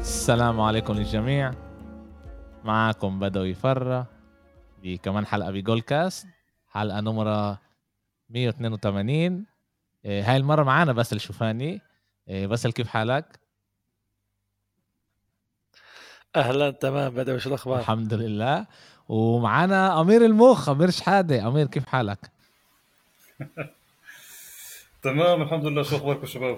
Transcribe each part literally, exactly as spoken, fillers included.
السلام عليكم للجميع. معكم بدوي فرة بكمان حلقة بجول كاست، حلقة نمرة مية واثنين وثمانين. هاي المرة معانا بس الشوفاني. بس كيف حالك؟ اهلا تمام بدوي، شو الاخبار؟ الحمد لله. ومعانا امير المخ، امير شحاده. امير كيف حالك؟ تمام الحمد لله. شو اخباركم شباب؟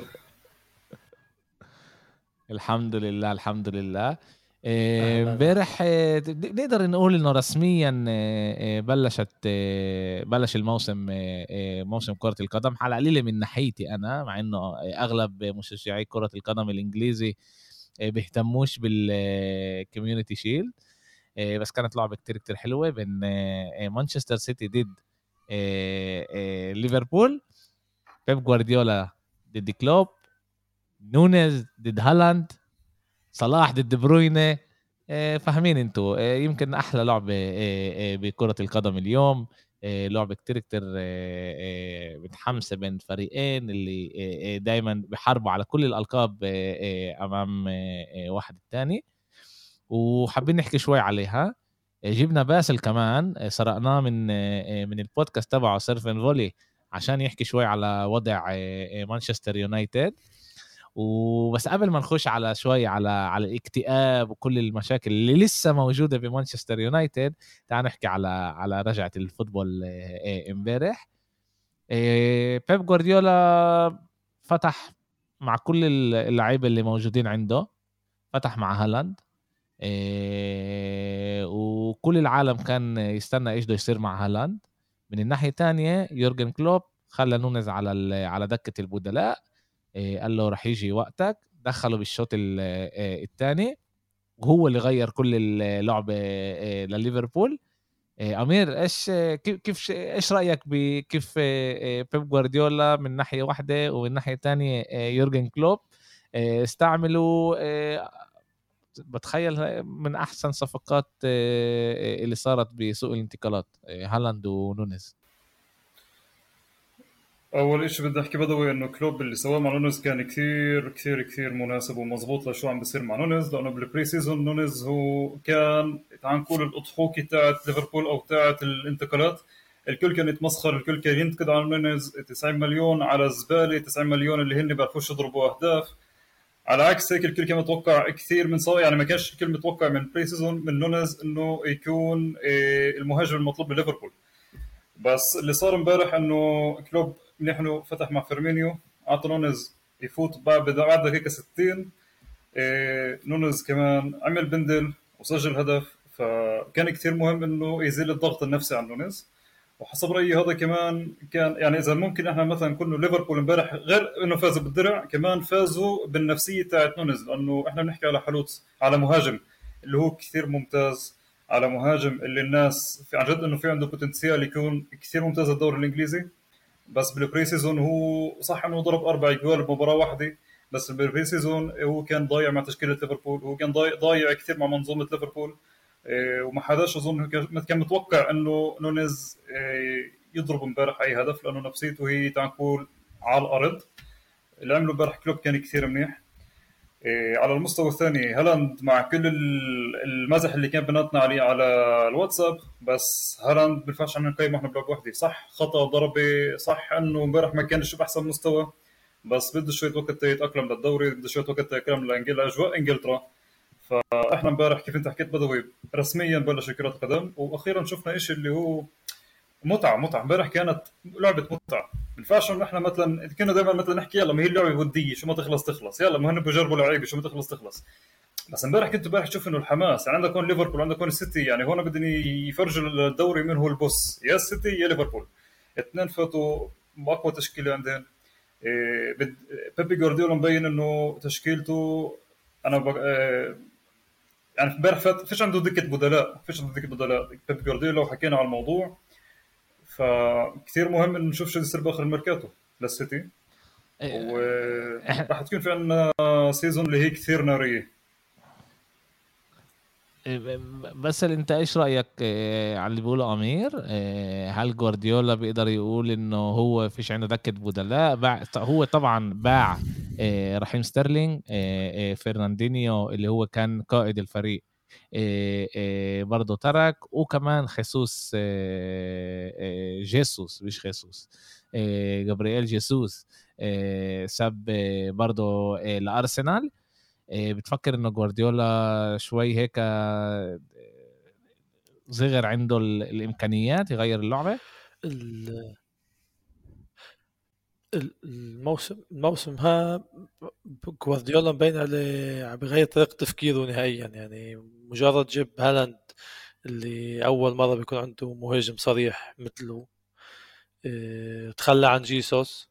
الحمد لله الحمد لله. أهلاً. امبارح نقدر نقول انه رسميا بلشت بلش الموسم، موسم كرة القدم على قليلة من ناحيتي انا، مع انه اغلب مشجعي كرة القدم الانجليزي بيهتموش بالكوميونتي شيلد. بس كانت لعبة كتير كتير حلوة بين مانشستر سيتي ضد ليفربول، بيب جوارديولا ضد كلوب، نونيز ضد هالاند، صلاح ضد دي بروينه. فاهمين انتوا؟ يمكن احلى لعبه بكره القدم اليوم. لعبه كتير كتير متحمسه بين فريقين اللي دايما بيحاربوا على كل الالقاب امام واحد الثاني، وحابين نحكي شوي عليها. جبنا باسل كمان، سرقناه من من البودكاست تبعه سيرفن فولي عشان يحكي شوي على وضع مانشستر يونايتد. وبس قبل ما نخش على شوي على على الاكتئاب وكل المشاكل اللي لسه موجودة بمانشستر يونايتد، تعال نحكي على على رجعة الفوتبول امبارح. بيب جوارديولا فتح مع كل اللعيبة اللي موجودين عنده، فتح مع هالاند، وكل العالم كان يستنى ايش ده يصير مع هالاند. من الناحية الثانية يورجن كلوب خلى نونز على على دكة البدلاء، قال له رح يجي وقتك، دخله بالشوط الثاني وهو اللي غير كل اللعبة لليفربول. أمير إيش كيف كيف إيش رأيك بكيف بيب جوارديولا من ناحية واحدة ومن ناحية تانية يورجن كلوب استعملوا؟ بتخيل من أحسن صفقات اللي صارت بسوق الانتقالات، هالاند ونونيز. اول إشي بدي احكي بدوي انه كلوب اللي سواه مع نونيز كان كثير كثير كثير مناسب ومزبوط لشو عم بيصير مع نونيز، لانه بالبري سيزون نونيز هو كان تعال نقول الاضحوكه تاعت ليفربول او تاعت الانتقالات. الكل كان يتمسخر، الكل كان ينتقد على نونيز. تسعين مليون على زباله، تسعين مليون اللي هن بيعرفوش يضربوا اهداف. على عكس هيك الكل كان متوقع كثير من صار، يعني ما كانش الكل متوقع من بري سيزون من نونيز انه يكون المهاجم المطلوب لليفربول. بس اللي صار امبارح انه كلوب نحن فتح مع فيرمينيو، اعطى نونز يفوت بعد بعد دقيقه ستين. إيه نونز كمان عمل بندل وسجل هدف، فكان كثير مهم انه يزيل الضغط النفسي عن نونز. وحسب رايي هذا كمان كان يعني اذا ممكن احنا مثلا كنا ليفربول امبارح غير انه فازوا بالدرع، كمان فازوا بالنفسيه تاعت نونز، لانه احنا بنحكي على حلوت على مهاجم اللي هو كثير ممتاز، على مهاجم اللي الناس في عن جد انه في عنده بوتنسيال يكون كثير ممتاز الدوري الانجليزي. بس بالبري سيزون هو صح انه ضرب اربع جوال بمباراه واحده، بس بالبري سيزون هو كان ضايع مع تشكيله ليفربول، هو كان ضايع, ضايع كثير مع منظومه ليفربول. إيه وما حداش اظن كان متوقع انه نونيز إيه يضرب امبارح اي هدف، لانه نفسيته هي تعال نقول على الارض. اللي عمله امبارح كلوب كان كثير منيح. إيه على المستوى الثاني هالاند مع كل المزح اللي كان بيناتنا عليه على الواتساب، بس هالاند بنفعش عنا نقيمه احنا بلعب وحده. صح خطأ ضربة، صح انه امبارح ما كانش باحسن مستوى، بس بده شوية وقت يتأقلم للدوري، بده شوية وقت يتأقلم لأجواء انجلترا. فاحنا امبارح كيف انت حكيت بدوي رسميا بلش كرة قدم، واخيرا شفنا إشي اللي هو متعة. متعة امبارح كانت لعبة متعة. ما ينفعش انه احنا مثلا كنا دائما مثلا نحكي يلا ما هي اللعبة ودية، شو ما تخلص تخلص، يلا ما هن بجربوا لعيبة شو ما تخلص تخلص. بس امبارح كنت امبارح تشوف انه الحماس، يعني عندك هون ليفربول عندك هون السيتي، يعني هون بدهم يفرجوا الدوري من هو البوس، يا السيتي يا ليفربول. اثنين فاتوا باقوى تشكيله عندهم. إيه بد... بيبي جوارديولا مبين انه تشكيلته انا ب... إيه يعني امبارح فات فيش عنده دكه بدلاء، فيش عنده دكه بدلاء بيبي جوارديولا، وحكينا على الموضوع. فكثير مهم انه نشوف شو يصير باخر الميركاتو للسيتي، وراح تكون في عندنا سيزون اللي هي كثير ناريه. بس انت ايش رايك آه، على اللي بيقوله امير؟ آه، هل جوارديولا بيقدر يقول انه هو فيش عنده دكه بدلاء؟ باع هو طبعا باع آه، رحيم ستيرلينج، آه، آه، فرناندينيو اللي هو كان قائد الفريق آه، آه، برضه ترك، وكمان خيسوس آه، آه، جيسوس مش خيسوس آه، جابرييل جيسوس آه، ساب آه، برضه آه، الارسنال. آه، بتفكر انه جوارديولا شوي هيك آه، صغر عنده ال- الامكانيات يغير اللعبه؟ ال- ال- الموسم الموسم ها جوارديولا مبين عليه عم بيغير طريقة تفكيره نهائيا. يعني مجرد جيب هالاند اللي أول مرة بيكون عنده مهاجم صريح مثله، اه، تخلى عن جيسوس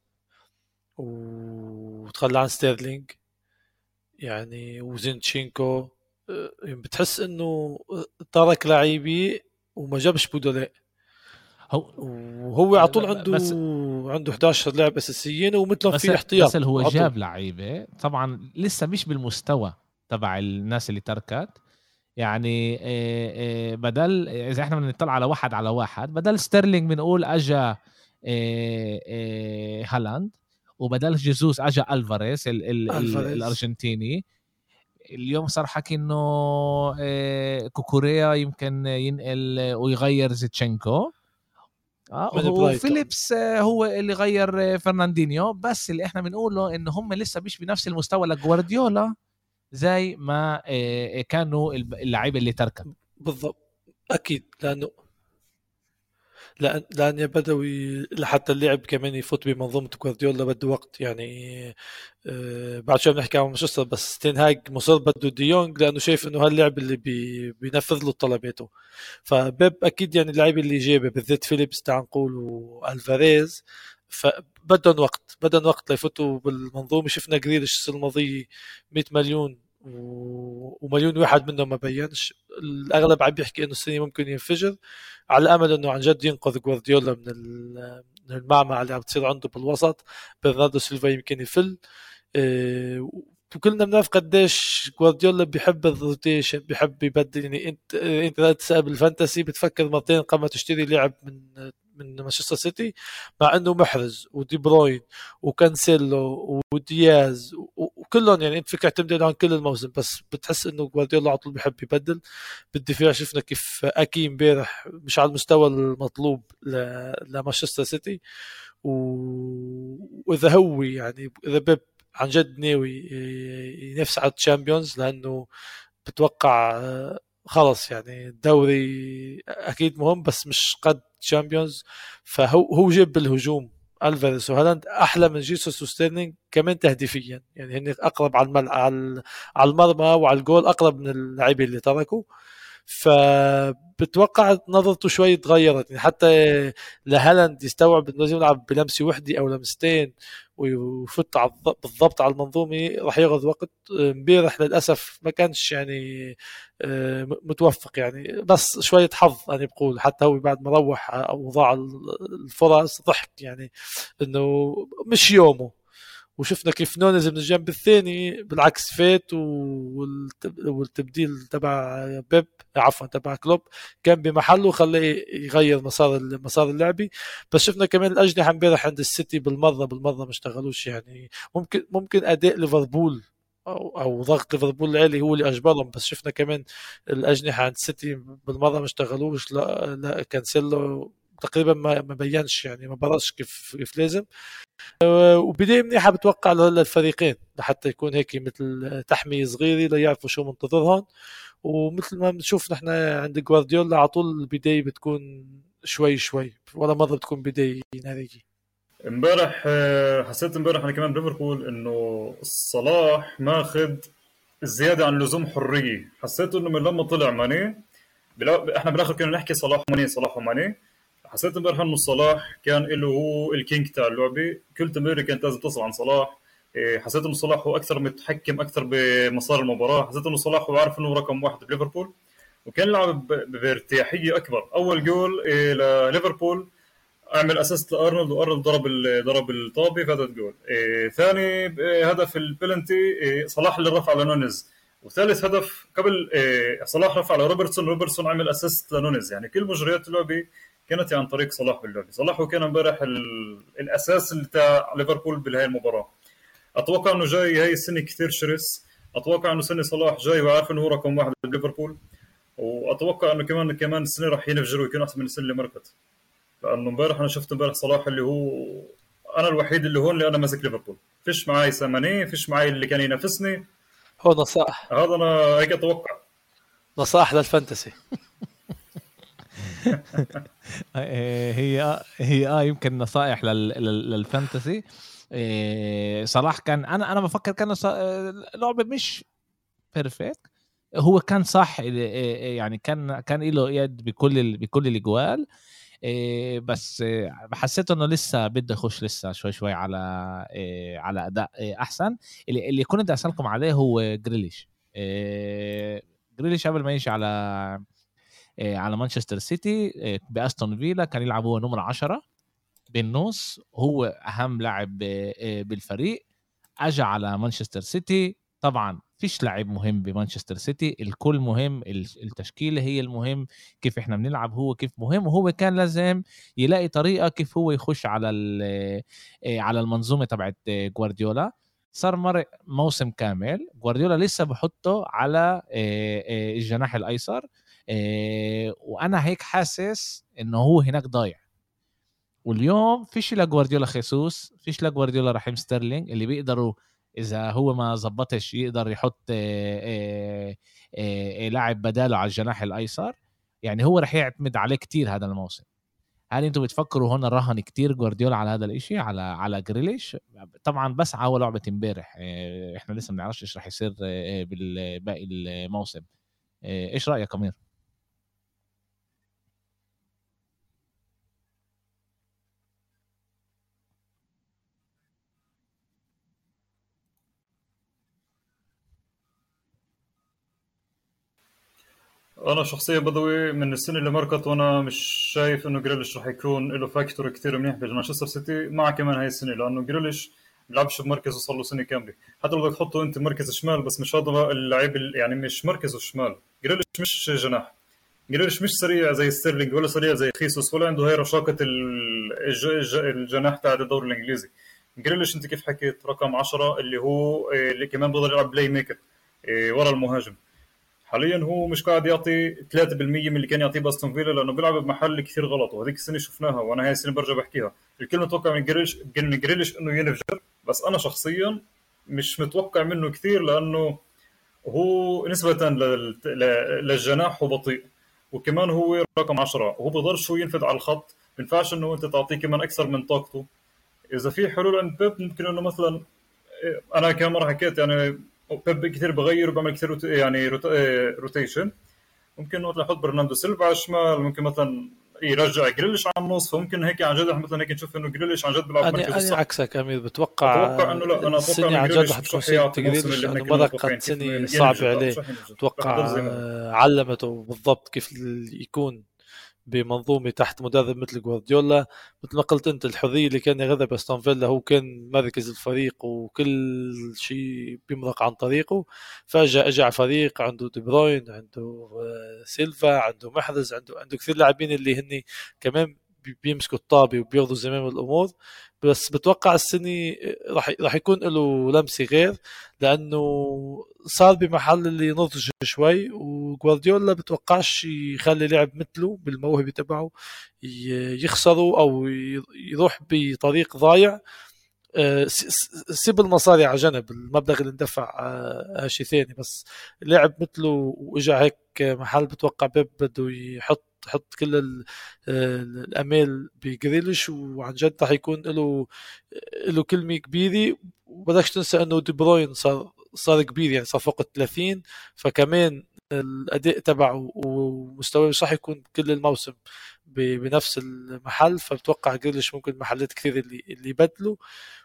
وتخلى عن ستيرلينج يعني وزينتشينكو. اه، بتحس انه ترك لعيبي وما جابش بدلاء، هو وهو على طول عنده بس عنده إحدى عشر لاعب اساسيين ومثلهم بس في بس احتياط اللي هو على طول. جاب لعيبه طبعا لسه مش بالمستوى تبع الناس اللي تركت. يعني آه، آه، بدل اذا احنا بنطلع على واحد على واحد، بدل ستيرلينج بنقول اجا آه، آه، هالاند، وبدل جيسوس اجا الفاريز ال ال ال الفاريز الارجنتيني. اليوم صار حكي انه آه، كوكوريا يمكن ينقل ويغير زيتشينكو. اه من وهو برايتون. فيليبس آه، هو اللي غير آه، فرناندينيو. بس اللي احنا بنقوله ان هم لسه مش بنفس المستوى لجوارديولا زي ما آه، كانوا اللعيبه اللي تركت. بالضبط، اكيد. لانه لان لان يا بدوي لحتى اللعب كمان يفوت بمنظومه جوارديولا بده وقت يعني. آه، بعد شوي بنحكي عن مانشستر، بس تنهاج مصر بده ديونج لانه شايف انه هاللعب اللي بي بينفذ له طلباته. فبيب اكيد يعني اللعيبه اللي جايبه بالذات فيليبس تعال نقول والفاريز، فبدهم وقت بدهم وقت ليفوتوا بالمنظومه. شفنا جريليش السنه الماضيه مئة مليون و... ومليون واحد منهم ما بينش. الاغلب عم بيحكي انه السنه ممكن ينفجر، على امل انه عن جد ينقذ جوارديولا من ال- من المعمعة اللي عم تصير عنده بالوسط. برناردو سيلفا يمكن يفل. إيه، وكلنا بنعرف قديش جوارديولا بيحب الروتيشن، بيحب يبدل. يعني انت انت اذا تسأل بالفانتسي بتفكر مرتين قبل ما تشتري لاعب من من مانشستر سيتي، مع انه محرز ودي بروين وكانسيلو ودياز و- وكلهم. يعني انت فيك تعتمد عليهم كل الموسم، بس بتحس انه جوارديولا على طول بيحب يبدل. بالدفاع شفنا كيف اكي امبارح مش على المستوى المطلوب ل- لمانشستر سيتي. و- واذا هو يعني اذا بيب عن جد ناوي ينافس على الشامبيونز، لانه بتوقع آه، خلص يعني الدوري اكيد مهم بس مش قد تشامبيونز. فهو هو جيب بالهجوم الفاريز وهالاند احلى من جيسوس وستيرلينج كمان تهديفيا. يعني هن اقرب على الملعب، على على المرمى وعلى الجول اقرب من اللاعبين اللي تركوا. فبتوقع نظرته شوي تغيرت يعني. حتى لهالاند يستوعب انه لازم يلعب بلمسه وحده او لمستين ويفوت على الض- بالضبط على المنظومه، راح ياخذ وقت. امبارح للاسف ما كانش يعني آه، متوفق يعني، بس شويه حظ انا بقول. حتى هو بعد ما روح او ضاع الفرص ضحك يعني انه مش يومه. وشفنا كيف نونز من الجنب الثاني بالعكس فات، والت- والتبديل تبع بيب، عفوا تبع كلوب، كان بمحله خليه يغير مسار مسار اللعبي. بس شفنا كمان الاجنحه امبارح عند السيتي بالمره بالمره ما اشتغلوش يعني. ممكن ممكن اداء ليفربول او او ضغط ليفربول العالي هو اللي اجبرهم، بس شفنا كمان الاجنحه عند السيتي بالمره ما اشتغلوش. لا لا كانسيلو تقريبا ما ما بينش يعني، ما برش كيف كيف لازم. وبداية منيحة بتوقع للفريقين لحتى يكون هيك مثل تحمية صغيرة ليعرفوا شو منتظرهم. ومثل ما بنشوف نحن عند جوارديولا على طول البداية بتكون شوي شوي، ولا مرة بتكون بداية نارية. امبارح آه، حسيت امبارح انا كمان بليفربول انه صلاح ماخذ زياده عن اللزوم حريه. حسيت انه من لما طلع ماني بلا... احنا بالاخر كنا نحكي صلاح وماني صلاح وماني. حسيت امبارح انه صلاح كان له هو الكينج تاع اللعبه، كل تمريره كانت لازم تصل عن صلاح. إيه، حسيت انه صلاح هو اكثر متحكم اكثر بمسار المباراه. حسيت انه صلاح هو عارف انه رقم واحد بليفربول، وكان يلعب ب- بارتياحيه اكبر. اول جول إيه لليفربول اعمل اسيست لارنولد، وارنولد ضرب ال- ضرب الطابه فاتت جول. إيه ثاني إيه هدف البلنتي إيه صلاح اللي رفع لنونيز وثالث هدف قبل صلاح رفع على روبرتسون، روبرتسون عمل اسيست لنونيز. يعني كل مجريات اللعبه كانت عن طريق صلاح باللعبه. صلاح كان امبارح الاساس اللي تاع ليفربول بهاي المباراه. اتوقع انه جاي هاي السنه كثير شرس، اتوقع انه سنه صلاح جاي وعارف انه هو رقم واحد بليفربول، واتوقع انه كمان كمان السنه راح ينفجر ويكون احسن من السنه اللي مرقت. لانه امبارح انا شفت امبارح صلاح اللي هو انا الوحيد اللي هون اللي انا ماسك ليفربول، فيش معي ساماني، فيش معي اللي كان ينافسني. هو نصائح، هذا انا هيك اتوقع، نصائح للفانتسي. هي هي اه يمكن نصائح للفانتسي. صلاح كان انا انا بفكر كان لعبه مش بيرفكت، هو كان صح يعني، كان كان له يد بكل بكل الاجوال، بس حسيت انه لسه بده يخش لسه شوي شوي على على اداء احسن. اللي اللي كنت بدي اسالكم عليه هو جريليش. جريليش قبل ما يجي على على مانشستر سيتي باستون فيلا كان يلعب هو نمرة عشرة بالنص، هو اهم لاعب بالفريق. اجى على مانشستر سيتي، طبعا فيش لاعب مهم بمانشستر سيتي، الكل مهم، التشكيله هي المهم، كيف احنا بنلعب هو كيف مهم، وهو كان لازم يلاقي طريقه كيف هو يخش على على المنظومه تبعت جوارديولا. صار مر موسم كامل جوارديولا لسه بحطه على الجناح الايسر، وانا هيك حاسس انه هو هناك ضايع. واليوم فيش لا جوارديولا خيسوس، فيش لا جوارديولا رحيم ستيرلينج اللي بيقدروا اذا هو ما زبطش يقدر يحط آآ آآ لاعب بداله على الجناح الايسر. يعني هو رح يعتمد عليه كتير هذا الموسم. هل انتم بتفكروا هنا رهن كتير جوارديولا على هذا الاشي على على جريليش؟ طبعا بس على لعبه امبارح، احنا لسه ما بنعرفش ايش رح يصير بالباقي الموسم. ايش رايك امير؟ انا شخصيا بدوي من السنه اللي مرقت وانا مش شايف انه جريليش راح يكون له فاكتور كثير منيح بمانشستر سيتي مع كمان هاي السنه، لانه جريليش بيلعبش بمركزه صار له سنه كامله. حتى لو بدك تحطه انت مركز شمال، بس مش هذا اللاعب يعني، مش مركزه شمال. جريليش مش جناح، جريليش مش سريع زي ستيرلينج ولا سريع زي خيسوس ولا عنده هاي رشاقه الج... الجناح تاع الدوري الانجليزي. جريليش انت كيف حكيت رقم عشرة اللي هو اللي كمان بيقدر يلعب بلاي ميكر ورا المهاجم. حاليا هو مش قاعد يعطي ثلاثة بالمية من اللي كان يعطيه باستون فيلا، لانه بيلعب بمحل كثير غلط، وهذيك السنه شفناها وانا هاي السنه برجع بحكيها. الكلمه متوقع من جريليش من جريليش انه ينفجر، بس انا شخصيا مش متوقع منه كثير، لانه هو نسبه لل... للجناح هو بطيء، وكمان هو رقم عشرة وهو بيقدرش هو ينفذ على الخط. ما ينفعش انه انت تعطيه كمان اكثر من طاقته. اذا في حلول عند بيب ممكن انه مثلا، انا كمان مره حكيت يعني بيب كثير بغير وبعمل كثير روت... يعني روت... روتيشن. ممكن مثلا يحط برناردو سيلفا على الشمال، ممكن مثلا يرجع جريليش على النص، فممكن هيك عن جد مثلا هيك نشوف انه جريليش عن جد بيلعب مركزه الصح. انا عكسك امير، بتوقع اتوقع انه لا، انا اتوقع انه عن جد جريليش حتكون مش حيعطي جريليش اللي احنا انه كنا مرقت متوقعين سنه صعبه عليه. اتوقع علمته بالضبط كيف يكون بمنظومه تحت مدرب مثل جوارديولا. مثل ما قلت انت، الحريه اللي كان ياخذها باستون فيلا، هو كان مركز الفريق وكل شيء بيمرق عن طريقه. فجاه اجى فريق عنده دي بروين، عنده سيلفا، عنده محرز، عنده عنده كثير لاعبين اللي هن كمان بيمسكوا الطابه وبياخذوا زمام الامور. بس بتوقع السنه راح راح يكون له لمسه غير، لانه صار بمحل اللي نضج شوي، وجوارديولا بتوقعش يخلي لعب مثله بالموهبه تبعه يخسروا او يروح بطريق ضايع. سيب المصاري على جنب، المبلغ اللي اندفع شيء ثاني، بس لعب مثله واجا هيك محل. بتوقع بيب بده يحط حط كل الامال بجريليش، وعن جد راح يكون له له كلمه كبيره. وبدكش تنسى انه دي بروين صار صار كبير، يعني صار فوق الثلاثين، فكمان الاداء تبعه ومستواه مش راح يكون كل الموسم بنفس المحل. فبتوقع جريليش ممكن محلات كثير اللي اللي يبدلوا.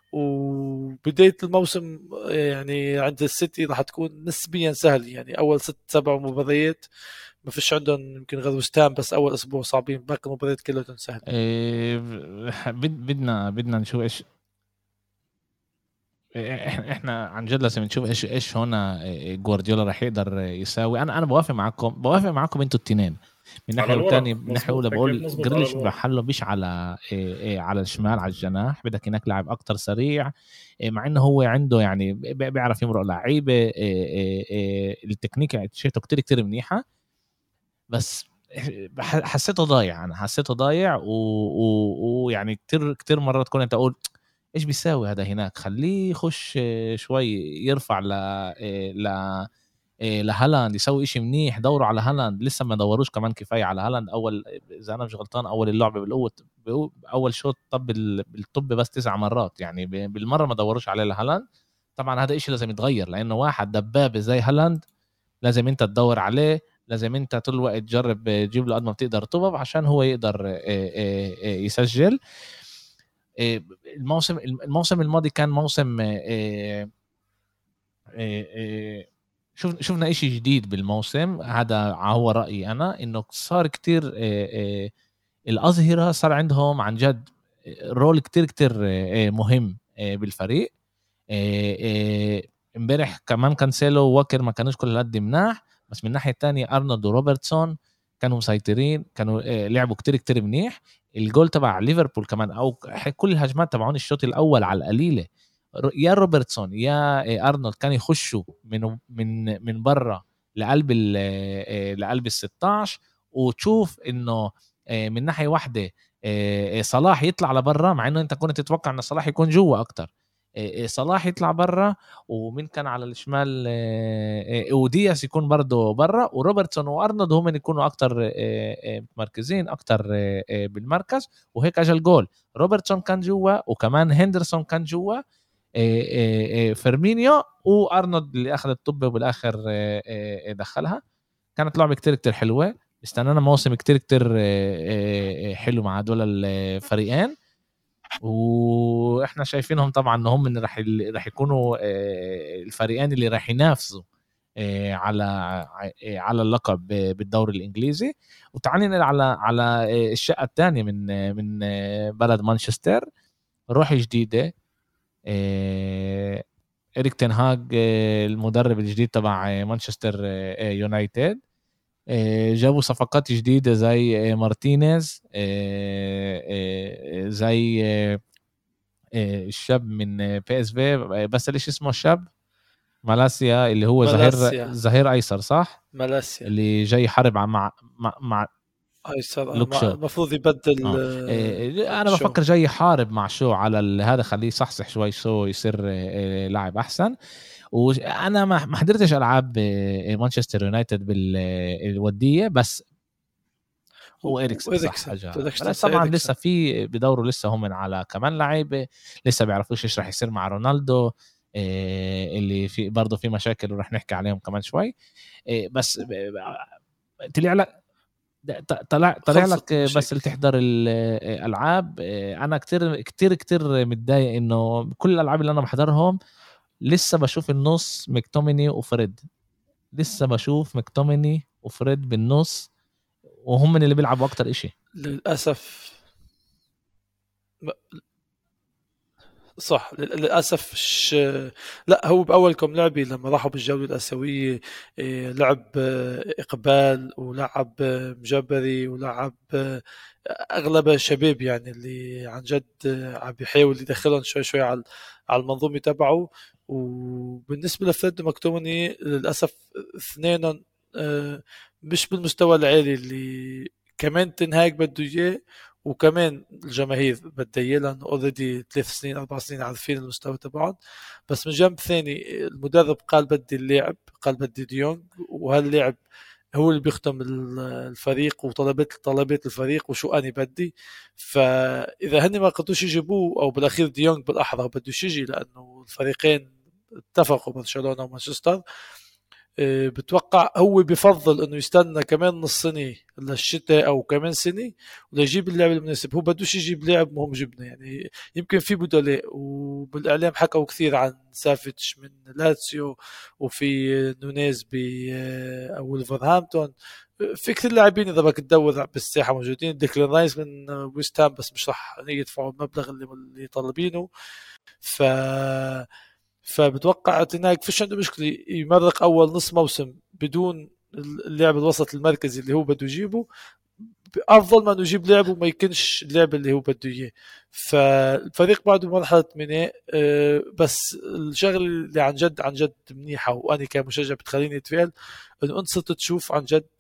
وبداية الموسم يعني عند السيتي راح تكون نسبيا سهل، يعني أول ست سبع مباريات ما فيش عندهم يمكن غير وستام، بس أول أسبوع صعبين، باقي المباريات كلها سهل. إيه بدنا بدنا نشوف إيش احنا احنا عن جد لازم نشوف ايش ايش هنا جوارديولا راح يقدر يساوي. انا انا بوافق معكم بوافق معكم انتوا الاثنين من ناحيه والثاني من ناحيه اولى بقول جريليش بحله مش على إيه إيه على الشمال على الجناح، بدك هناك لاعب اكتر سريع، إيه مع انه هو عنده يعني بيعرف يمرق لعيبه، إيه إيه إيه التكنيك شيته كتير كتير منيحه، بس حسيته ضايع. انا حسيته ضايع ويعني كتير كتير مرات كنت اقول ايش بيساوي هذا هناك، خليه يخش شوي يرفع ل ل لهالاند يسوي إشي منيح، دوروا على هالاند، لسه ما دوروش كمان كفايه على هالاند. اول اذا انا مش غلطان اول اللعبه بالقوه اول شوط طب بالطب بس تسع مرات، يعني بالمره ما دوروش عليه لهالاند. طبعا هذا إشي لازم يتغير، لانه واحد دبابه زي هالاند لازم انت تدور عليه، لازم انت طول الوقت تجرب تجيب له قد ما بتقدر طبب عشان هو يقدر يسجل. الموسم الموسم الماضي كان موسم شوف شفنا إشي جديد بالموسم هذا، هو رأيي أنا إنه صار كتير الأظهرة صار عندهم عن جد رول كتير كتير مهم بالفريق. امبارح كمان كانسيلو ووكر ما كانوش كل قد مناح، بس من ناحية تانية أرنولد وروبرتسون كانوا مسيطرين، كانوا لعبوا كتير كتير منيح. الجول تبع ليفربول كمان أو كل الهجمات تبعون الشوط الأول على القليلة يا روبرتسون يا أرنولد كانوا يخشوا من من من برا لقلب لقلب الستاش، وتشوف إنه من ناحية واحدة صلاح يطلع لبرا، مع إنه أنت كنت تتوقع إن صلاح يكون جوا أكتر. صلاح يطلع برا، ومن كان على الشمال ودياس يكون برضو برا، وروبرتسون وارنولد هم يكونوا اكتر مركزين اكتر بالمركز، وهيك اجى الجول. روبرتسون كان جوا وكمان هندرسون كان جوا، فيرمينيو وارنولد اللي اخذ الطب وبالاخر دخلها. كانت لعبه كتير كتير حلوه، استنانا موسم كتير كتير حلو مع دول الفريقين، واحنا شايفينهم طبعا انهم من راح راح يكونوا الفريقين اللي راح ينافسوا على على اللقب بالدوري الانجليزي. وتعالي ننقل على على الشقه الثانيه من من بلد مانشستر، روح جديده. إريك تين هاج المدرب الجديد تبع مانشستر يونايتد، جابوا صفقات جديدة زي مارتينيز، زي الشاب من بي اس في، بس ليش اسمه الشاب مالاسيا اللي هو ظهير ظهير ايسر صح؟ مالاسيا اللي جاي حرب مع مع, مع ايسر المفروض يبدل. آه. آه. انا بفكر جاي يحارب مع شو على هذا، خليه يصحصح شوي شو يصير لاعب احسن. وانا ما حضرتش العاب مانشستر يونايتد بالوديه، بس هو إريكسن صح أجا. بس طبعا إريكسن. لسه في بدوروا لسه هم على كمان لعيبه، لسه بيعرفوش ايش راح يصير مع رونالدو اللي في برضه في مشاكل ورح نحكي عليهم كمان شوي. بس طلع لك طلع طلع لك بس اللي تحضر الالعاب. انا كتير كتير كتير متضايق انه كل الالعاب اللي انا بحضرهم لسه بشوف النص مكتوميني وفريد، لسه بشوف مكتوميني وفريد بالنص، وهم من اللي بيلعبوا اكتر اشي للاسف. صح للاسف. ش... لا هو باول كم لعبي لما راحوا بالجوله الاسيويه لعب اقبال ولعب مجبري ولعب اغلب شباب يعني اللي عن جد عم بيحاول يدخلهم شوي شوي على على المنظومه تبعه. وبالنسبه لفريد مكتومني للاسف اثنين مش بالمستوى العالي اللي كمان تنهاج بده اياه، وكمان الجماهير بدها اياه لانه اوريدي ثلاث سنين اربع سنين عارفين المستوى تبعهم. بس من جنب ثاني المدرب قال بدي اللعب، قال بدي ديونج، وهاللاعب هو اللي بيختم الفريق وطلبات طلبات الفريق وشو أنا بدي. فإذا هني ما قدوش يجيبوه أو بالأخير ديونج بالأحرى بدوش يجي لأنه الفريقين اتفقوا برشلونة ومانشستر، بتوقع هو بفضل انه يستنى كمان نص سنه للشتاء او كمان سنه وليجيب اللاعب المناسب. هو بدوش يجيب لاعب مهم جبنه يعني، يمكن في بدلاء، وبالاعلام حكوا كثير عن سافيتش من لاتسيو وفي نونيز ب او ولفرهامبتون، في كثير لاعبين اذا بدك تدور بالساحه موجودين. ديكلان رايس من ويست هام بس مش راح يدفعوا المبلغ اللي طالبينه. ف فبتوقع تناك فيش عنده مشكلة يمرق أول نص موسم بدون اللعب الوسط المركزي اللي هو بده يجيبه، أفضل ما نجيب لعب وما يكونش اللعب اللي هو بده إياه. فالفريق بعده مرحلة مناء، بس الشغل اللي عن جد عن جد منيحة وأنا كمشجع بتخليني أتفائل إنه أنت صرت تشوف عن جد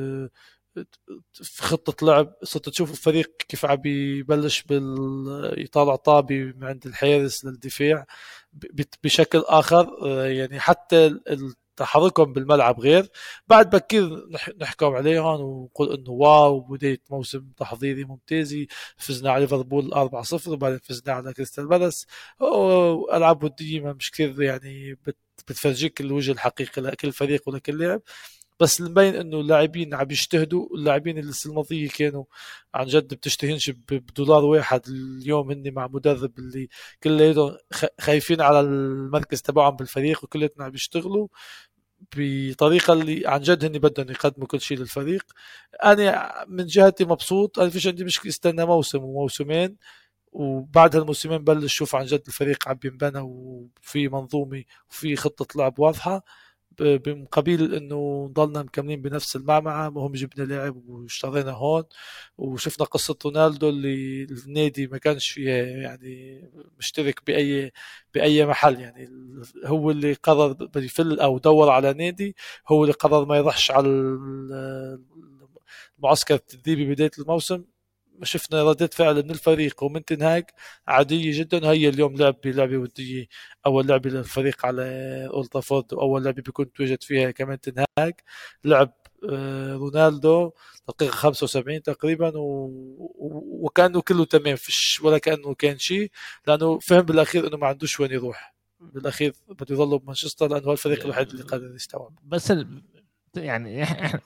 في خطة لعب، صرت تشوف الفريق كيف عم بيبلش بال يطالع طابي من عند الحارس للدفاع بشكل آخر. يعني حتى تحركهم بالملعب غير. بعد بكير نحكم عليهم ونقول انه واو بداية موسم تحضيري ممتازة، فزنا على ليفربول أربعة صفر وبعدين فزنا على كريستال بالاس، ألعاب ودية ما مش كثير يعني بتفرجيك الوجه الحقيقي لكل فريق ولا كل لاعب، بس مبين انه اللاعبين عم يجتهدوا. اللاعبين اللي السنه الماضيه كانوا عن جد بتشتهنش بدولار واحد، اليوم هن مع مدرب اللي كلهم خايفين على المركز تبعهم بالفريق وكلهم عم يشتغلوا بطريقة اللي عن جد هني بدهم يقدموا كل شيء للفريق. أنا من جهتي مبسوط، أنا فيش عندي مشكلة استنى موسم وموسمين وبعد هالموسمين بلش شوف عن جد الفريق عم ينبنى وفي منظومة وفي خطة لعب واضحة، بمقابل انه ضلنا مكملين بنفس المعمعة. مهم جبنا لاعب واشترينا هون وشفنا قصة رونالدو اللي النادي ما كانش فيها يعني مشترك بأي بأي محل، يعني هو اللي قرر بيفل او دور على نادي، هو اللي قرر ما يروحش على المعسكر التدريبي بداية الموسم. شفنا ردة فعل من الفريق ومن تنهاج عادية جدا. هي اليوم لعب بلعبة ودية، أول لعبة للفريق على أولد ترافورد وأول لعبة بيكون توجد فيها كمان تنهاج. لعب رونالدو دقيقة خمسة وسبعين تقريبا و... وكأنه كله تمام، فيش ولا كأنه كان شيء، لأنه فهم بالأخير أنه ما عندوش وين يروح بالأخير، بده يظل بمانشستر لأنه هو الفريق الوحيد اللي قادر يستوعب. بس ال... يعني احنا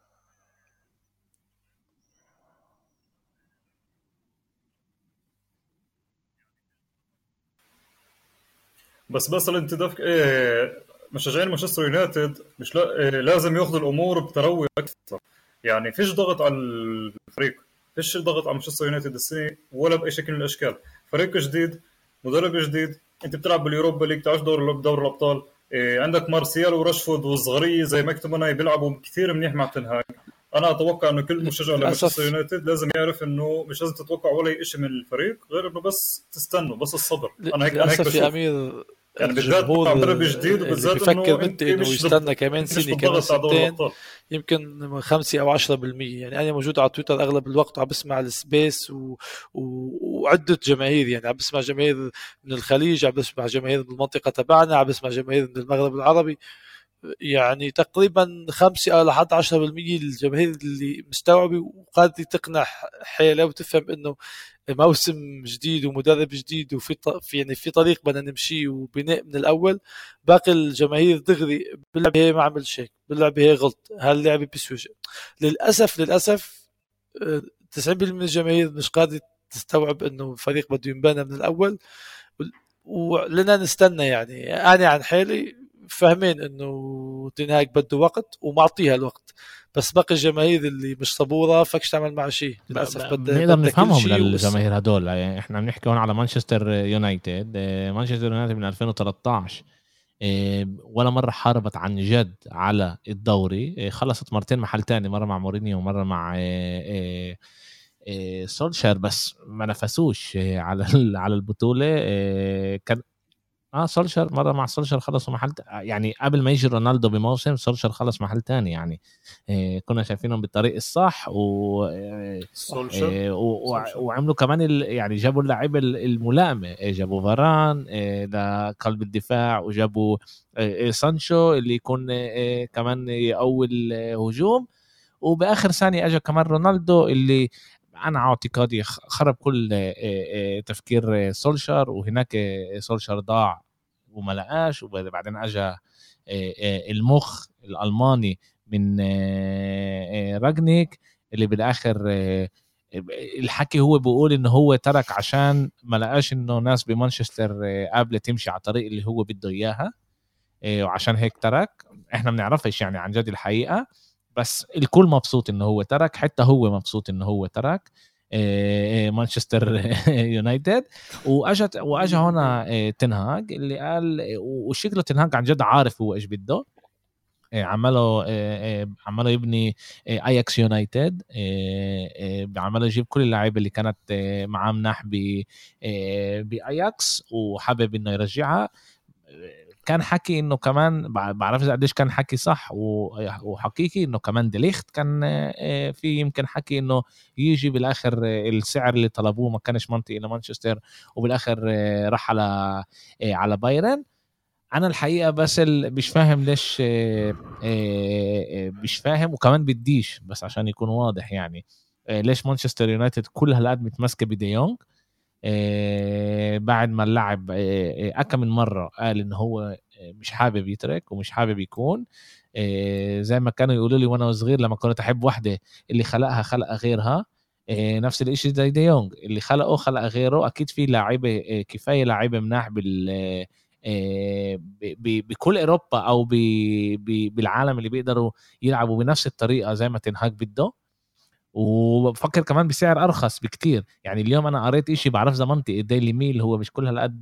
بس بس الانتداب إيه مشجعين مانشستر يونايتد مش لا إيه لازم ياخذوا الامور بتروي اكثر. يعني فيش ضغط على الفريق، فيش ضغط على مانشستر يونايتد السنه ولا باي شكل من الاشكال. فريق جديد، مدرب جديد، انت بتلعب باليوروبا ليج، تعرف دور دور الابطال، إيه عندك مارسيال وراشفورد والصغريه زي ماكتوماناي بيلعبوا كثير منيح مع تنهاج. انا اتوقع انه كل مشجع لمانشستر يونايتد لازم يعرف انه مش لازم تتوقع ولا شيء من الفريق غير انه بس تستنوا، بس الصبر. انا هيك انا هيك بشوف. يا امير يعني بالذات مع مدرب جديد وبالذات بفكر انت انه يستنى كمان سنه كمان سنتين يمكن خمسة او عشرة بالمية. يعني انا موجود على تويتر اغلب الوقت وعم بسمع السبيس و... و... وعده جماهير، يعني عم بسمع جماهير من الخليج، عم بسمع جماهير من المنطقه تبعنا، عم بسمع جماهير من المغرب العربي. يعني تقريبا خمسة أو لحد عشرة بالمية الجماهير اللي مستوعبة وقادرة تقنع حالها وتفهم إنه موسم جديد ومدرب جديد وفي ط... يعني في طريق بدنا نمشي وبناء من الأول. باقي الجماهير دغري باللعبة هي ما عمل شيء، باللعبة هي غلط، هاللعبة بسوجة. للأسف للأسف تسعين بالمية من الجماهير مش قادرة تستوعب إنه الفريق بده ينبنى من الأول، ولنا نستنى. يعني أنا عن حالي فاهمين انه تنهاج بده وقت ومعطيها الوقت، بس باقي الجماهير اللي مش صبوره فكش تعمل مع شيء للاسف. بنقدر نفهمهم للجماهير هدول. يعني احنا بنحكي هون على مانشستر يونايتد. مانشستر يونايتد من ألفين وثلاثة عشر ولا مره حاربت عن جد على الدوري، خلصت مرتين محل تاني، مره مع مورينيو ومره مع سولشر، بس ما نفسوش على على البطوله. كان اه سولشر مره مع سولشر خلصوا محل، يعني قبل ما يجي رونالدو بموسم سولشر خلص محل تاني. يعني إيه كنا شايفينهم بالطريق الصح و... إيه و... وعملوا كمان ال... يعني جابوا اللاعب الملائمه، إيه جابوا فاران إيه لقلب الدفاع، وجابوا إيه سانشو اللي يكون إيه كمان اول هجوم، وباخر ثانيه اجى كمان رونالدو اللي انا اعتقادي خرب كل تفكير سولشر، وهناك سولشر ضاع وما لقاش. وبعدين اجى المخ الالماني من راجنيك اللي بالاخر الحكي هو بيقول انه هو ترك عشان ما لقاش انه ناس بمانشستر قابله تمشي على الطريق اللي هو بده اياها، وعشان هيك ترك. احنا ما بنعرفش يعني عن جد الحقيقه، بس الكل مبسوط انه هو ترك، حتى هو مبسوط انه هو ترك. مانشستر يونايتد. واجت واجا هنا تنهاج اللي قال، وشكله تنهاج عن جد عارف هو ايش بده. عمله عمله يبني اياكس يونايتد، عمله يجيب كل اللاعبين اللي كانت معاه مناح باياكس وحابب انه يرجعها. كان حكي انه كمان بعرف اذا قديش كان حكي صح وحقيقي انه كمان ديليخت كان في يمكن حكي انه يجي بالاخر السعر اللي طلبوه ما كانش منطقي لمانشستر، وبالاخر راح على على بايرن. انا الحقيقه بس مش فاهم ليش، مش فاهم وكمان بديش بس عشان يكون واضح يعني ليش مانشستر يونايتد كل هالقد متمسكه بديونج بعد ما اللعب أكم من مرة قال إنه هو مش حابب يترك ومش حابب يكون زي ما كانوا يقولوا لي وأنا صغير لما كنت أحب واحدة اللي خلقها خلق غيرها. نفس الاشي زي ديونج اللي خلقه خلق غيره. أكيد في لاعيبة كفاية لاعيبة مناح بال بكل أوروبا أو بالعالم اللي بيقدروا يلعبوا بنفس الطريقة زي ما تنهاج بده، وبفكر كمان بسعر أرخص بكتير. يعني اليوم أنا قريت إشي بعرف زمانتي ديلي ميل، هو مش كل هالقد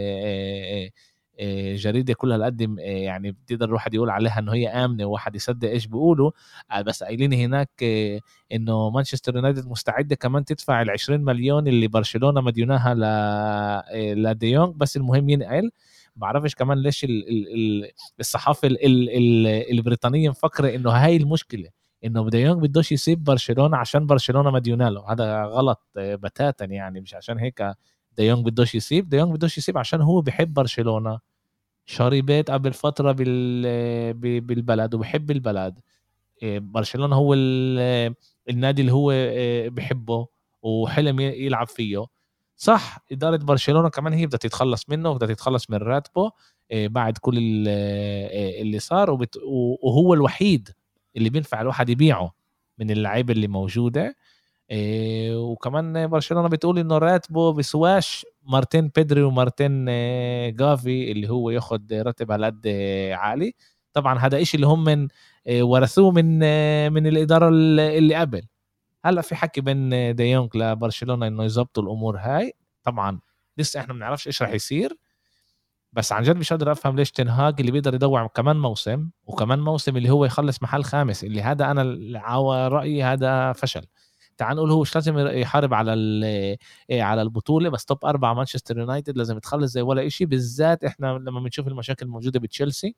جريدة كل هالقد يعني بتقدر الواحد يقول عليها إنه هي آمنة وواحد يصدق إيش بيقولوا، بس قايلين هناك إنه مانشستر يونايتد مستعدة كمان تدفع العشرين مليون اللي برشلونة مديوناها لديونج بس المهم ينقل. بعرفش كمان ليش الصحافة البريطانية مفكرة إنه هاي المشكلة، انه ديونج بدوش يسيب برشلونة عشان برشلونة مديوناله. هذا غلط بتاتا يعني، مش عشان هيك ديونج بدوش يسيب. ديونج بدوش يسيب عشان هو بيحب برشلونة، شاري بيت قبل فترة بالبلد وبيحب البلد. برشلونة هو النادي اللي هو بيحبه وحلم يلعب فيه. صح إدارة برشلونة كمان هي بدها تتخلص منه وبدها تتخلص من راتبه بعد كل اللي صار، وهو الوحيد اللي بينفع الواحد يبيعه من اللعيبه اللي موجوده. إيه وكمان برشلونه بتقول انه راتبه بسواش مارتين بيدري ومارتين إيه جافي اللي هو ياخد راتب على قد إيه عالي. طبعا هذا إشي اللي هم من إيه ورثوه من إيه من الاداره اللي قبل. هلا في حكي بين ديونج لبرشلونه انه يظبطوا الامور هاي. طبعا لسه احنا ما بنعرفش ايش راح يصير، بس عن جد مش قادر افهم ليش تنهاج اللي بيقدر يدور كمان موسم وكمان موسم اللي هو يخلص محل خامس، اللي هذا انا على رايي هذا فشل. تعال نقول هو مش لازم يحارب على على البطوله، بس توب أربعة مانشستر يونايتد لازم تخلص زي ولا إشي. بالذات احنا لما بنشوف المشاكل الموجوده بتشيلسي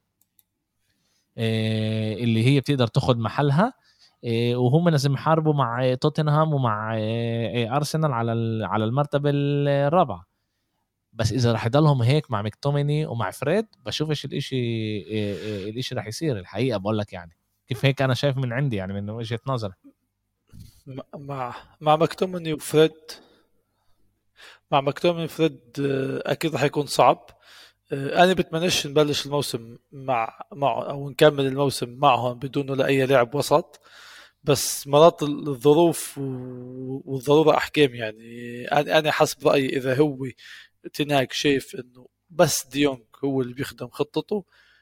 اللي هي بتقدر تاخد محلها، وهم لازم يحاربوا مع توتنهام ومع ارسنال على على المرتبه الرابعه. بس اذا راح يضلهم هيك مع مكتوميني ومع فريد بشوفش الاشي الاشي راح يصير الحقيقه. بقول لك يعني كيف هيك انا شايف من عندي يعني من وجهه نظري. مع مع مكتوميني وفريد مع مكتوميني وفريد اكيد راح يكون صعب. انا بتمناش نبلش الموسم مع مع او نكمل الموسم معهم بدون ولا اي لاعب وسط، بس مرات الظروف والضروره احكام. يعني انا حسب رايي اذا هو تنهاج شايف انه بس ديونج هو اللي بيخدم خطته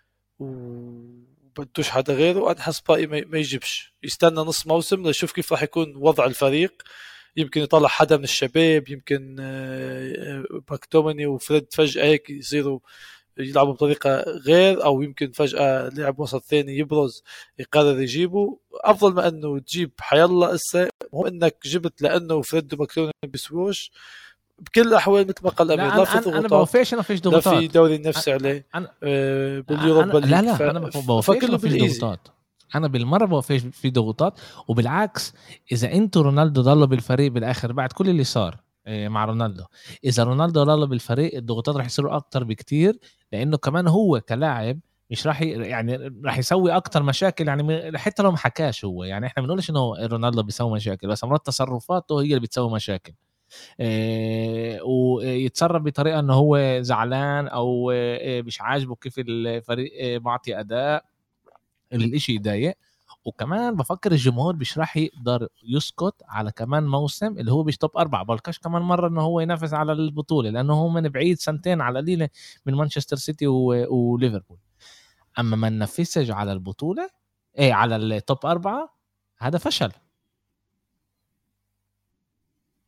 وبدوش حدا غيره، انا حسب رايي ما يجيبش، يستنى نص موسم ليشوف كيف راح يكون وضع الفريق. يمكن يطلع حدا من الشباب، يمكن باكتوميني وفريد فجأة هيك يصيروا يلعبوا بطريقة غير، أو يمكن فجأة لاعب وسط ثاني يبرز يقرر يجيبه. أفضل ما أنه تجيب حيالله إسا مو أنك جبت لأنه فريد وباكتوميني بسووش. بكل الأحوال مثل ما قال أمير لا, لا في ضغوطات، أنا بوافقش إنه فيش ضغوطات، لا في دوري النفسي عليه أنا آه باليوروبا ليج. لا لا ف... أنا بوافقش إنه فيش ضغوطات، انا بالمره بوافقش في ضغوطات. وبالعكس اذا انتوا رونالدو ضل بالفريق بالاخر بعد كل اللي صار مع رونالدو، اذا رونالدو ضل بالفريق الضغوطات رح يصيروا اكتر بكتير، لانه كمان هو كلاعب مش راح يعني راح يسوي اكتر مشاكل. يعني حتى لو ما حكاش هو، يعني احنا بنقولش انه رونالدو بيسوي مشاكل، بس مرات تصرفاته هي اللي بتسوي مشاكل. إيه ويتصرف بطريقه انه هو زعلان او إيه مش عاجبه كيف الفريق إيه معطي اداء اللي الاشي يضايق. وكمان بفكر الجمهور مش راح يقدر يسكت على كمان موسم اللي هو مش توب أربعة، بلكش كمان مرة إنه هو ينافس على البطولة، لأنه هو من بعيد سنتين على قليلة من مانشستر سيتي وليفربول. أما ما ننافسش على البطولة إيه على التوب أربعة هذا فشل.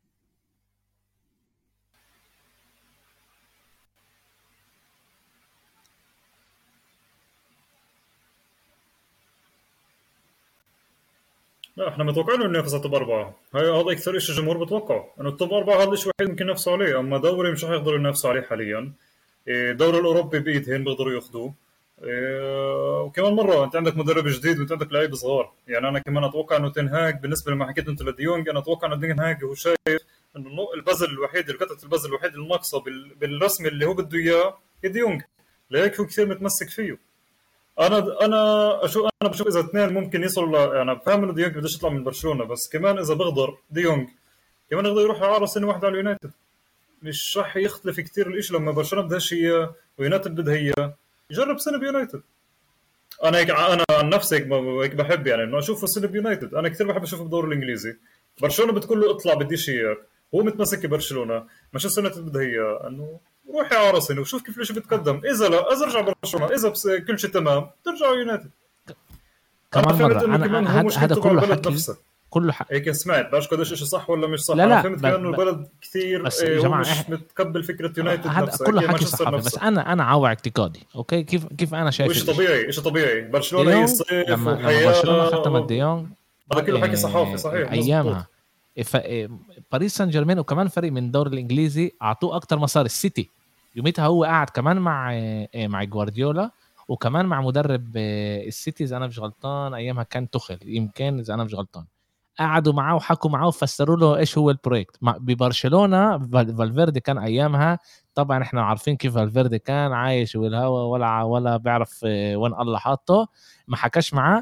لا احنا متوقعين انه ينافس على التوب اربعه، هاي هذا اكثر شيء الجمهور بتوقعه، انه التوب اربعه هذا الشيء الوحيد ممكن ينافسوا عليه، اما دوري مش رح يقدروا ينافسوا عليه حاليا. الدوري الاوروبي بايدهم بيقدروا ياخذوه. إيه، وكمان مره انت عندك مدرب جديد وانت عندك لعيبه صغار، يعني انا كمان اتوقع انه تنهاج بالنسبه لما حكيت انت لديونج، انا اتوقع انه تنهاج هو شايف انه البذل الوحيد القطعه البذل الوحيد الناقصه بالرسم اللي هو بده اياه ديونج، لهيك هو كثير متمسك فيه. انا انا اشوف انا بشوف اذا اثنين ممكن يوصلوا، يعني بفهم انه ديونج بدش يطلع من برشلونه، بس كمان اذا بقدر ديونج كمان يقدر يروح يعرض سنه واحده على اليونايتد، مش راح يختلف كثير الاشي لما برشلونه بدهاش اياه ويونايتد بدها اياه، يجرب سنه بيونايتد. انا هيك انا عن نفسي هيك بحب يعني انه اشوفه سنه بيونايتد، انا كثير بحب اشوفه بالدوري الانجليزي. برشلونه بتقول له اطلع بديش اياك، هو متمسك ببرشلونه، مانشستر يونايتد بدها اياه انه روح يا عرسني وشوف كيف ليش بتقدم، اذا لا اذا رجع برشلونه، اذا بس كل شيء تمام ترجع يونايتد. كمان انا فهمت مرة انه كمان هو هذا مشكلته كله مع البلد حكي نفسه، كله حق. هيك سمعت بعرفش قديش شيء صح ولا مش صح. لا انا لا فهمت ب... كمان انه ب... البلد كثير بس اه يا هو جماعة مش إح... متقبل فكره يونايتد هذا نفسها، كله هي حكي مانشستر صحافي، نفسه. بس انا انا عاوى اعتقادي اوكي كيف كيف انا شايف وإيش الاشي. طبيعي إيش طبيعي برشلونه ديونج يصيف لما لما وحياه، برشلونة ختمت ديونج هذا كله حكي صحافي صحيح ايامها مزبوط. ف... باريس سان جيرمان وكمان فريق من الدوري الانجليزي اعطوه اكتر مصاري. السيتي يوميتها هو قاعد كمان مع مع جوارديولا وكمان مع مدرب السيتي اذا انا مش غلطان، ايامها كان تخل يمكن اذا انا مش غلطان، قعدوا معاه وحكوا معاه وفسروا له ايش هو البروجكت. ببرشلونة فالفيردي كان ايامها، طبعا احنا عارفين كيف فالفيردي كان عايش والهوا ولا ولا بيعرف وين الله حاطه، ما حكاش معاه.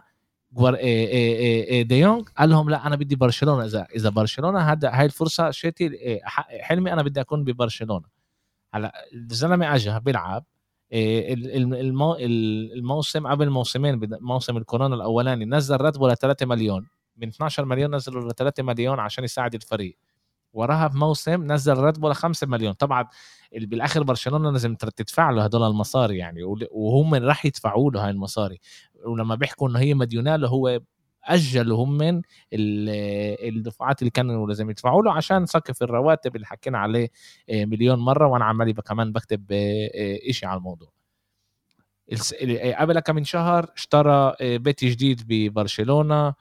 ديونج قال لهم لا انا بدي برشلونه، اذا اذا برشلونه هذا هاي الفرصه شيتي حلمي انا بدي اكون ببرشلونه. هلا الزلمه اجى بيلعب المو... الموسم قبل موسمين، موسم الكورونا الاولاني نزل راتبه ل ثلاثة مليون، من اثناشر مليون نزلوا ل ثلاثة مليون عشان يساعد الفريق. وراها بموسم نزل راتبه ل خمسة مليون. طبعا بالاخر برشلونه لازم تدفع له هدول المصاري يعني، وهم راح يدفعوا له هاي المصاري. ولما بيحكوا انه هي مديونه له، هو اجلوا هم من الدفعات اللي كانوا لازم يدفعوا له عشان سقف الرواتب اللي حكينا عليه مليون مره، وانا عمالي كمان بكتب إشي على الموضوع. قبل كم من شهر اشترى بيت جديد ببرشلونه،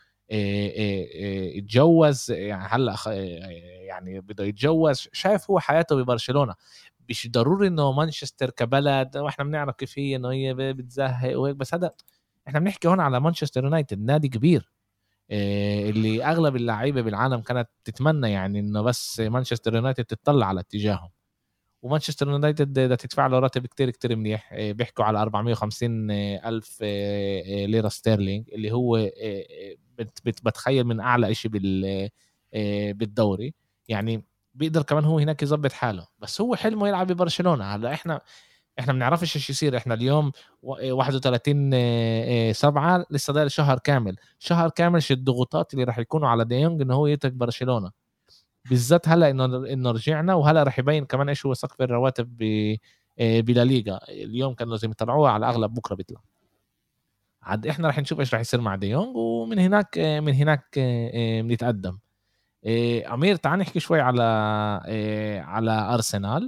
اتجوز يعني هلا يعني بده يتجوز، شايف هو حياته ببرشلونه. مش ضروري انه مانشستر كبلد، واحنا بنعرف كيف هي انه هي بتزهق وهيك، بس هذا احنا بنحكي هون على مانشستر يونايتد، نادي كبير اللي اغلب اللعيبه بالعالم كانت تتمنى يعني انه بس مانشستر يونايتد تطلع على اتجاههم. ومانشستر يونايتد ده تدفع له راتب كتير كتير منيح، بيحكوا على أربعمية وخمسين ألف ليرة ستيرلينج، اللي هو بتخيل من أعلى إشي بالدوري يعني. بيقدر كمان هو هناك يظبط حاله، بس هو حلمه يلعب ببرشلونة. هلا إحنا إحنا بنعرفش إيش يصير. إحنا اليوم واحد وثلاثين سبعة، لسه ده شهر كامل شهر كامل شو الضغوطات اللي راح يكونوا على ديونج إنه هو يترك برشلونة بالذات هلا انه انه رجعنا. وهلا رح يبين كمان ايش هو سقف الرواتب ب بلا ليغا. اليوم كانوا لازم يطلعوها، على الاغلب بكره بيطلع. عاد احنا رح نشوف ايش رح يصير مع ديونج، ومن هناك من هناك بنتقدم. امير تعال نحكي شوي على على ارسنال.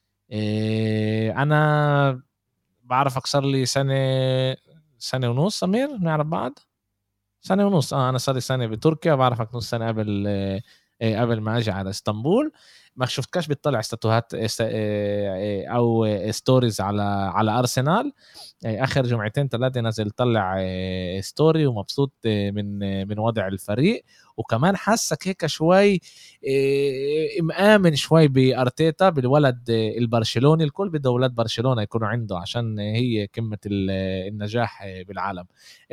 انا بعرفك صار لي سنه سنه ونص امير، نعرف بعض سنه ونص. اه انا صار لي سنه بتركيا، بعرفك نص سنه قبل قبل ما اجي على اسطنبول. ما شفتكاش بتطلع استاتوهات او ستوريز على على ارسنال. اخر جمعتين ثلاثه نزل طلع ستوري ومبسوط من من وضع الفريق، وكمان حاسك هيك شوي مآمن شوي بارتيتا بالولد البرشلوني. الكل بده اولاد برشلونه يكونوا عنده عشان هي قمه النجاح بالعالم.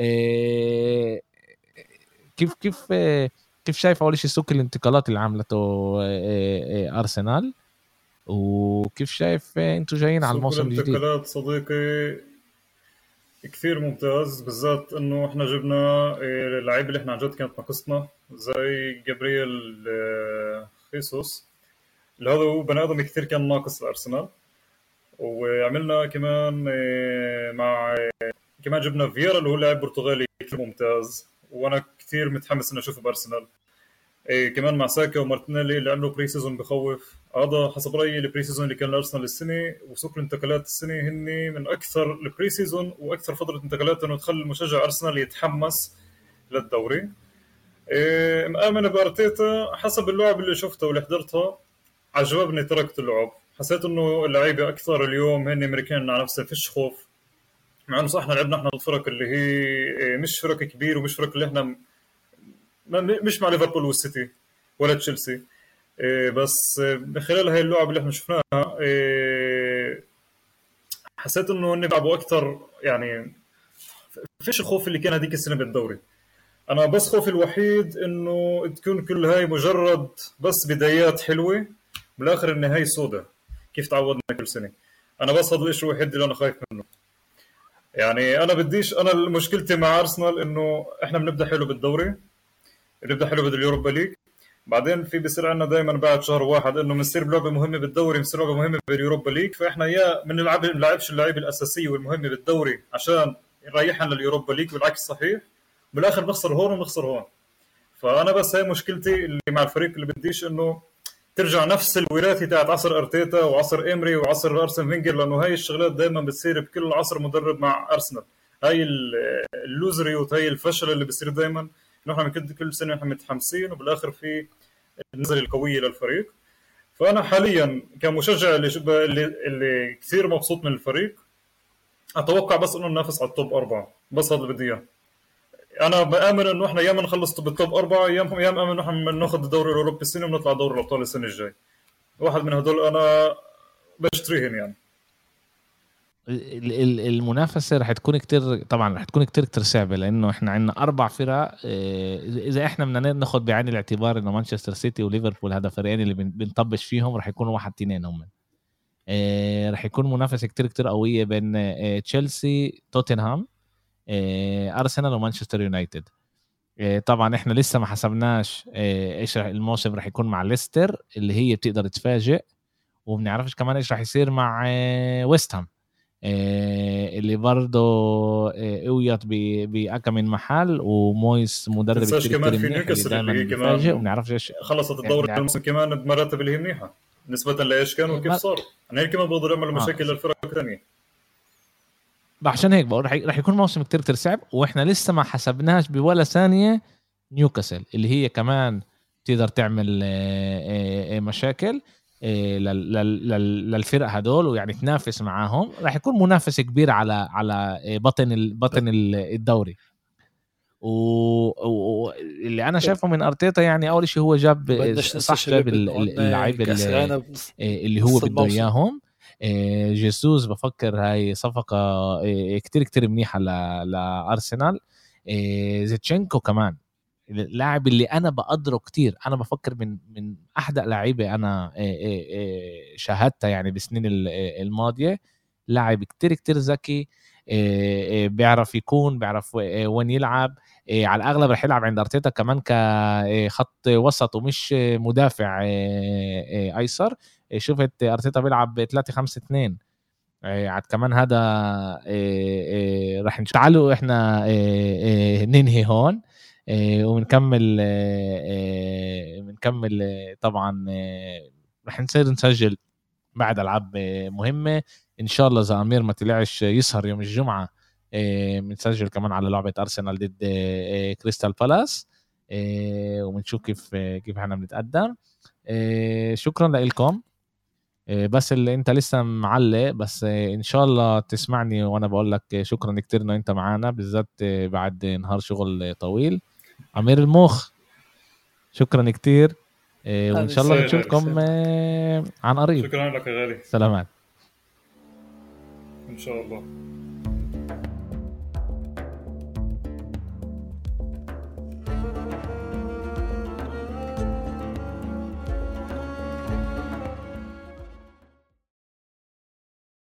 كيف كيف كيف شايف أول شيء سوق الانتقالات اللي عملته أرسنال، وكيف شايف أنتوا جايين على الموسم الجديد؟ سوق الانتقالات صديقي كثير ممتاز، بالذات إنه إحنا جبنا اللعيبة اللي إحنا عن جد كانت ناقصنا، زي جابرييل خيسوس اللي هذا هو بني آدم كثير كان ناقص لأرسنال. وعملنا كمان مع كمان جبنا فييرا اللي هو لاعب برتغالي كثير ممتاز، وانا كثير متحمس اني اشوفه بارسنال. إيه كمان مع ساكا ومارتينيلي اللي عملوا بري سيزون بخوف. هذا حسب رايي البري سيزون اللي كان لارسنال السنه، وسوق الانتقالات السنه هن من اكثر البري سيزون واكثر فتره انتقالات انه تخلي المشجع ارسنال يتحمس للدوري. إيه مآمن بأرتيتا حسب اللعب اللي شفته واللي حضرتها عجبني تركت اللعب. حسيت انه اللعيبه اكثر اليوم هن امريكان على نفسهم، فيش خوف. مع انه صح احنا لعبنا احنا الفرق اللي هي مش فرق كبير ومش فرق اللي احنا مش مع ليفربول والسيتي ولا تشيلسي، بس خلال هاي اللعب اللي احنا شفناها حسيت انه هن بيلعبوا اكثر، يعني فيش خوف اللي كان هذيك السنه بالدوري. انا بس خوفي الوحيد انه تكون كل هاي مجرد بس بدايات حلوه بالاخر النهايه سوداء كيف تعودنا كل سنه. انا بس هذا الشيء الوحيد اللي انا خايف منه. يعني انا بديش، انا مشكلتي مع ارسنال انه احنا بنبدا حلو بالدوري، بنبدا حلو باليوروبا ليج، بعدين في بيصير عندنا دائما بعد شهر واحد انه بنصير بلعبه مهمه بالدوري، بنصير لعبه مهمه باليوروبا ليج، فاحنا يا من نلعب نلعبش اللعيبه الاساسيه والمهمه بالدوري عشان نريحنا لليوروبا ليج، والعكس صحيح، بالاخر بنخسر هون ونخسر هون. فانا بس هاي مشكلتي اللي مع الفريق، اللي بديش انه ترجع نفس الوراثه تاعت عصر ارتيتا وعصر امري وعصر ارسن فينجر، لانه هاي الشغلات دائما بتصير بكل عصر مدرب مع ارسنال. هاي اللوزريوت، هاي الفشل اللي بيصير دائما، انه احنا كل كل سنه احنا متحمسين وبالاخر في النزله القويه للفريق. فانا حاليا كمشجع اللي اللي, اللي كثير مبسوط من الفريق، اتوقع بس انه ننافس على التوب اربعه، بس هذا اللي بدي اياه. انا بامن انه احنا يا نخلص بالتوب اربعه، يا يا امن انه احنا بناخذ الدوري الاوروبي السنه ونطلع دوري الابطال السنه الجاي. واحد من هدول انا بشتريهم. يعني المنافسه رح تكون كتير، طبعا رح تكون كتير كتير صعبه، لانه احنا عندنا اربع فرق. اذا احنا بدنا ناخذ بعين الاعتبار انه مانشستر سيتي وليفربول هذا فريقين اللي بنطبش فيهم، رح يكونوا واحد اثنين هم. رح يكون منافسه كتير كتير قويه بين تشيلسي، توتنهام، ارسنال ومانشستر يونايتد. طبعا احنا لسه ما حسبناش ايش الموسم رح يكون مع ليستر اللي هي بتقدر تفاجئ، وبنعرفش كمان ايش رح يصير مع ويست هام اللي برضه قويت بأكا من محل، ومويس مدرب كتير كمان كتير في منيح نيوكاسل اللي اللي هي بيفاجئ، وبنعرفش ايش خلصت الدوري يعني الموسم كمان بمراتب اللي هي منيحه نسبه لايش كانوا وكيف صاروا. انا هيك كمان بقدر اعمل مشاكل آه. للفرق الثانيه. عشان هيك بقول رح يكون موسم كتير كتير صعب، واحنا لسه ما حسبناش بولا ثانيه نيوكاسل اللي هي كمان تقدر تعمل مشاكل للفرق هدول، ويعني تنافس معاهم. راح يكون منافس كبير على على بطن بطن الدوري. واللي انا شايفه من ارتيتا، يعني اول شيء هو جاب صح جاب اللعيبه اللي, اللي هو بده اياهم. جيسوس بفكر هاي صفقه كتير كتير منيحه لارسنال. زيتشينكو كمان اللاعب اللي انا بقدره كتير، انا بفكر من من احدى لعيبه انا شاهدتها يعني بالسنين الماضيه. لاعب كتير كتير ذكي، بيعرف يكون بيعرف وين يلعب. على الاغلب رح يلعب عند ارتيتا كمان كخط وسط ومش مدافع ايسر. شفت ارتيتا بيلعب ثلاثة خمسة اثنين عاد كمان هذا. رح نتعالوا احنا ننهي هون وبنكمل بنكمل طبعا رح نصير نسجل بعد ألعاب مهمة إن شاء الله. إذا أمير ما طلعش يسهر يوم الجمعة بنسجل كمان على لعبة أرسنال ضد كريستال بالاس، وبنشوف كيف كيف احنا بنتقدم. شكرا لكم. بس اللي انت لسه معلق بس ان شاء الله تسمعني وانا بقول لك شكرا كتير انه انت معانا، بالذات بعد نهار شغل طويل. أمير المخ شكرا كتير، وإن شاء الله نشوفكم عن قريب. شكرا لك يا غالي. سلامات إن شاء الله.